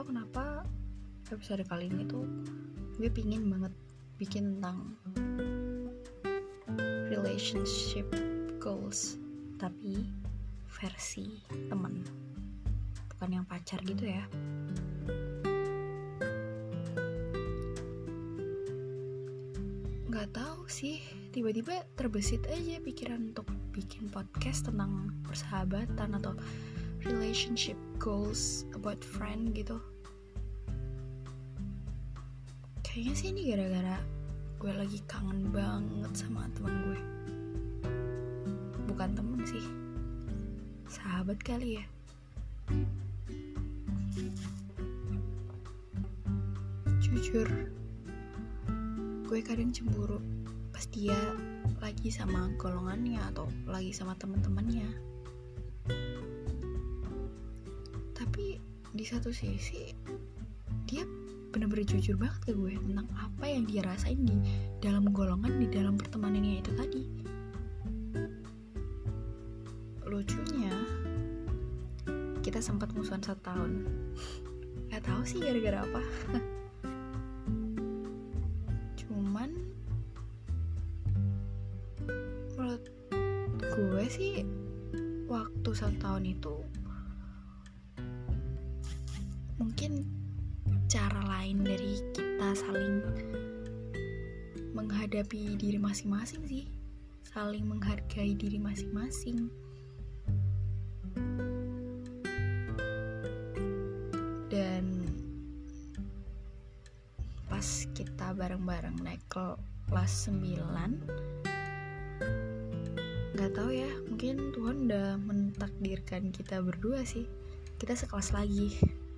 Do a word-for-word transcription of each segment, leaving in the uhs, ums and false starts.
tahu kenapa episode kali ini tuh gue pingin banget bikin tentang relationship goals, tapi versi teman, bukan yang pacar gitu ya. Gak tahu sih, tiba-tiba terbesit aja pikiran untuk bikin podcast tentang persahabatan atau relationship goals about friend gitu. Kayaknya sih ini gara-gara gue lagi kangen banget sama teman gue. Bukan temen sih, sahabat kali ya. Jujur, gue kadang cemburu pas dia lagi sama golongannya atau lagi sama teman-temannya. Tapi di satu sisi dia bener-bener jujur banget ke gue tentang apa yang dia rasain di dalam golongan, di dalam pertemanannya itu tadi. Lucunya, kita sempat musuhan satu tahun. Gak tahu sih gara-gara apa. Cuman menurut gue sih waktu satu tahun itu mungkin cara lain dari kita saling menghadapi diri masing-masing sih, saling menghargai diri masing-masing. Dan pas kita bareng-bareng naik kelas sembilan, gak tahu ya, mungkin Tuhan udah mentakdirkan kita berdua sih, kita sekelas lagi.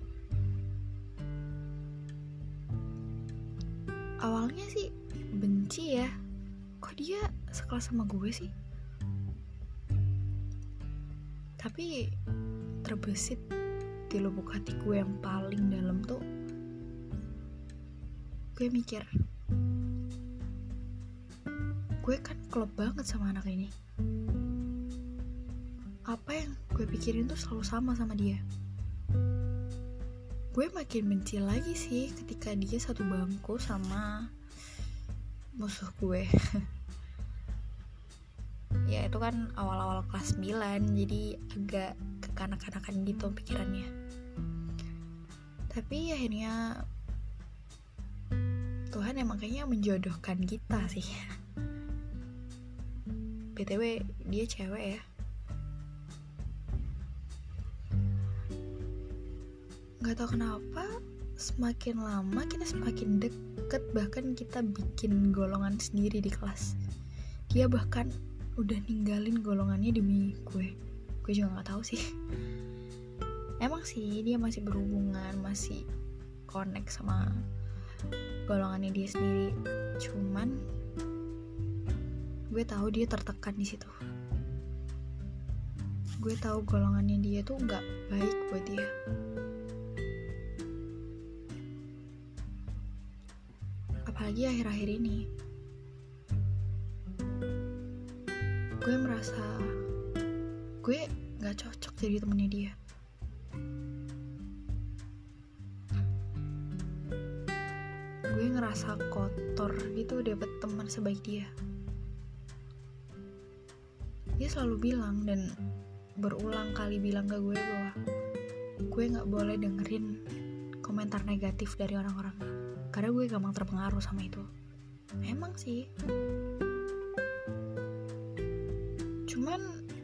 Awalnya sih benci ya, kok dia sekelas sama gue sih. Tapi terbesit di lubuk hati gue yang paling dalam tuh, gue mikir, gue kan klop banget sama anak ini. Apa yang gue pikirin tuh selalu sama sama dia. Gue makin benci lagi sih ketika dia satu bangku sama musuh gue. Ya itu kan awal-awal kelas sembilan, jadi agak kekanak-kanakan gitu pikirannya. Tapi akhirnya Tuhan emang kayaknya menjodohkan kita sih. B T W dia cewek ya. Gak tau kenapa semakin lama kita semakin deket, bahkan kita bikin golongan sendiri di kelas. Dia bahkan udah ninggalin golongannya demi gue. Gue juga gak tahu sih. Emang sih dia masih berhubungan, masih connect sama golongannya dia sendiri. Cuman gue tahu dia tertekan di situ. Gue tahu golongannya dia tuh gak baik buat dia. Apalagi akhir-akhir ini gue merasa gue gak cocok jadi temennya dia. Gue ngerasa kotor gitu dapet teman sebaik dia. Dia selalu bilang dan berulang kali bilang ke gue bahwa gue gak boleh dengerin komentar negatif dari orang-orang, karena gue gampang terpengaruh sama itu. Emang sih. Cuman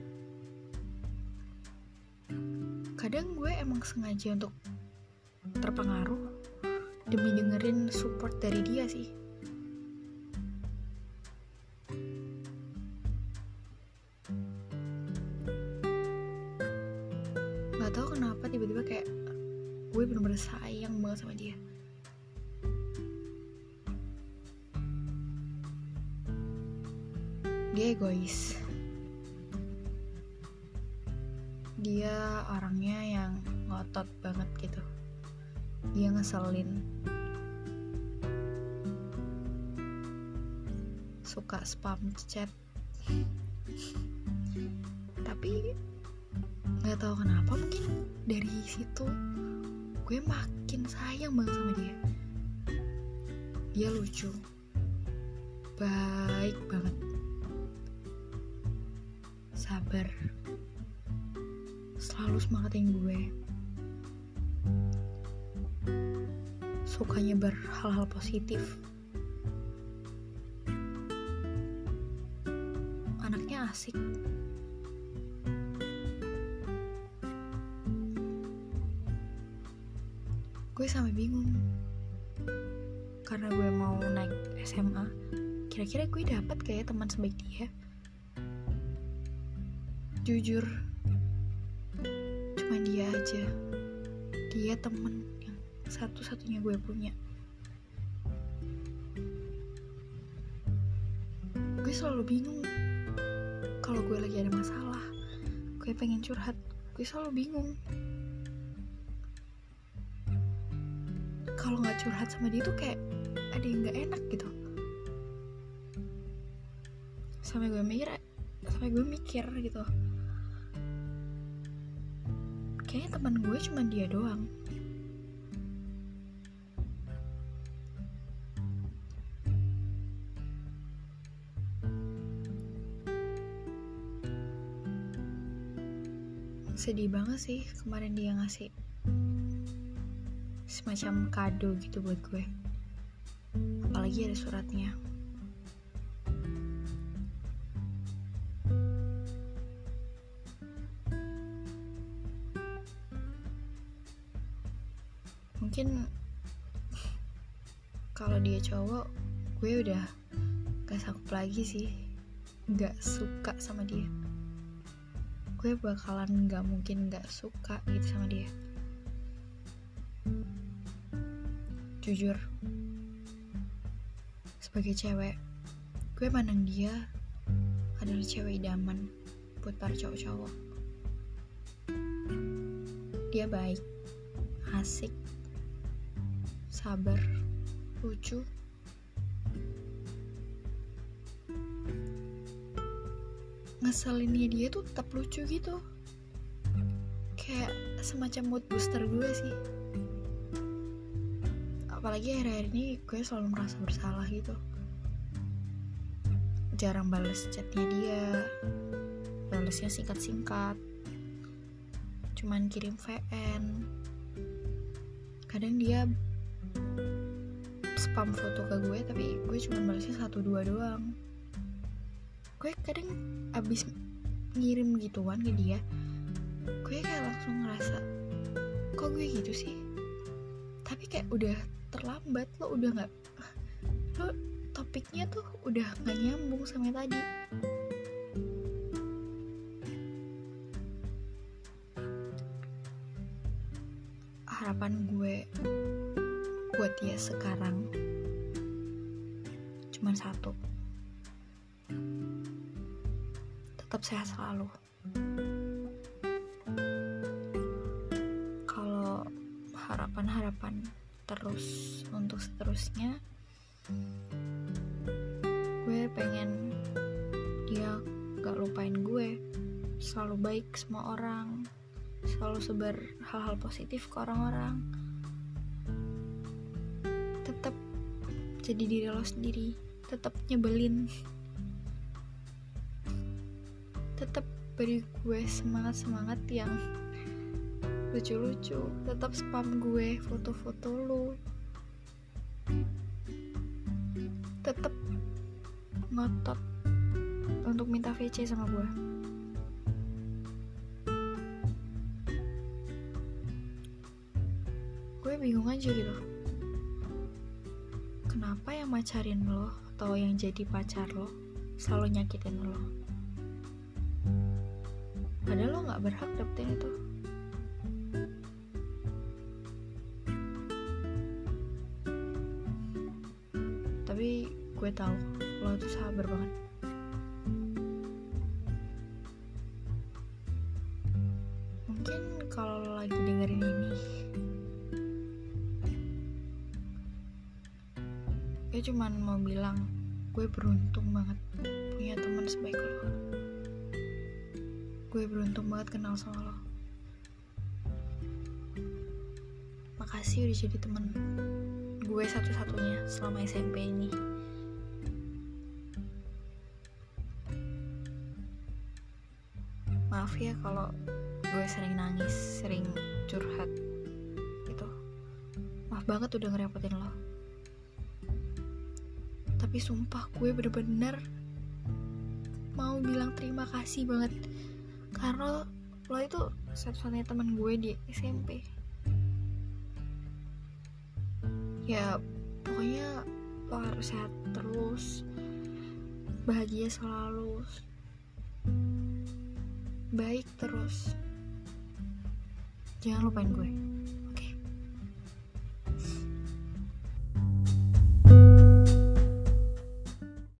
kadang gue emang sengaja untuk terpengaruh demi dengerin support dari dia sih. Gak tahu kenapa tiba-tiba kayak gue bener-bener sayang banget sama dia. Dia egois. Dia orangnya yang ngotot banget gitu. Dia ngeselin. Suka spam chat. Tapi gak tahu kenapa mungkin dari situ gue makin sayang banget sama dia. Dia lucu, baik banget, sabar, selalu semangatin gue, sukanya berhal-hal positif, anaknya asik. Gue sampai bingung karena gue mau naik S M A, kira-kira gue dapat kayak teman sebaik dia. Jujur, cuma dia aja, dia temen yang satu-satunya gue punya. Gue selalu bingung kalau gue lagi ada masalah, gue pengen curhat, gue selalu bingung. Kalau nggak curhat sama dia tuh kayak ada yang nggak enak gitu. Sampai gue mikir, sampai gue mikir gitu. Kayaknya teman gue cuma dia doang. Sedih banget sih kemarin dia ngasih semacam kado gitu buat gue, apalagi ada suratnya. Mungkin kalau dia cowok, gue udah gak sanggup lagi sih, gak suka sama dia. Gue bakalan gak mungkin gak suka gitu sama dia. Jujur, sebagai cewek, gue mandang dia adalah cewek idaman buat para cowok-cowok. Dia baik, asik, sabar, lucu, ngeselinnya dia tuh tetap lucu gitu, kayak semacam mood booster gue sih. Apalagi akhir-akhir ini gue selalu merasa bersalah gitu, jarang balas chatnya dia, balasnya singkat-singkat, cuman kirim V N. Kadang dia spam foto ke gue, tapi gue cuma balasnya satu dua doang. Gue kadang abis ngirim gituan ke dia, gue kayak langsung ngerasa, kok gue gitu sih? Tapi kayak udah terlambat, lo udah gak, lo topiknya tuh udah gak nyambung sama yang tadi. Harapan gue buat dia sekarang cuma satu, tetap sehat selalu. Kalau harapan-harapan terus untuk seterusnya, gue pengen dia gak lupain gue, selalu baik sama orang, selalu sebar hal-hal positif ke orang-orang, tetap jadi diri lo sendiri, tetap nyebelin, tetap beri gue semangat-semangat yang lucu-lucu, tetap spam gue foto-foto lu, tetap ngotot untuk minta V C sama gue. Gue bingung aja gitu, kenapa yang macarin lo atau yang jadi pacar lo selalu nyakitin lo, padahal lo gak berhak dapetin itu. Tapi gue tahu lo tuh sabar banget. Mungkin kalau lo lagi dengerin ini, gue cuman mau bilang gue beruntung banget punya teman sebaik lo. Gue beruntung banget kenal sama lo. makasih udah jadi temen gue satu-satunya selama S M P ini. Maaf ya kalau gue sering nangis, sering curhat gitu. Maaf banget udah ngerepotin lo. Tapi sumpah gue bener-bener mau bilang terima kasih banget, karena lo itu satu-satunya teman gue di S M P. Ya pokoknya lo harus sehat terus, bahagia selalu, baik terus. Jangan lupain gue.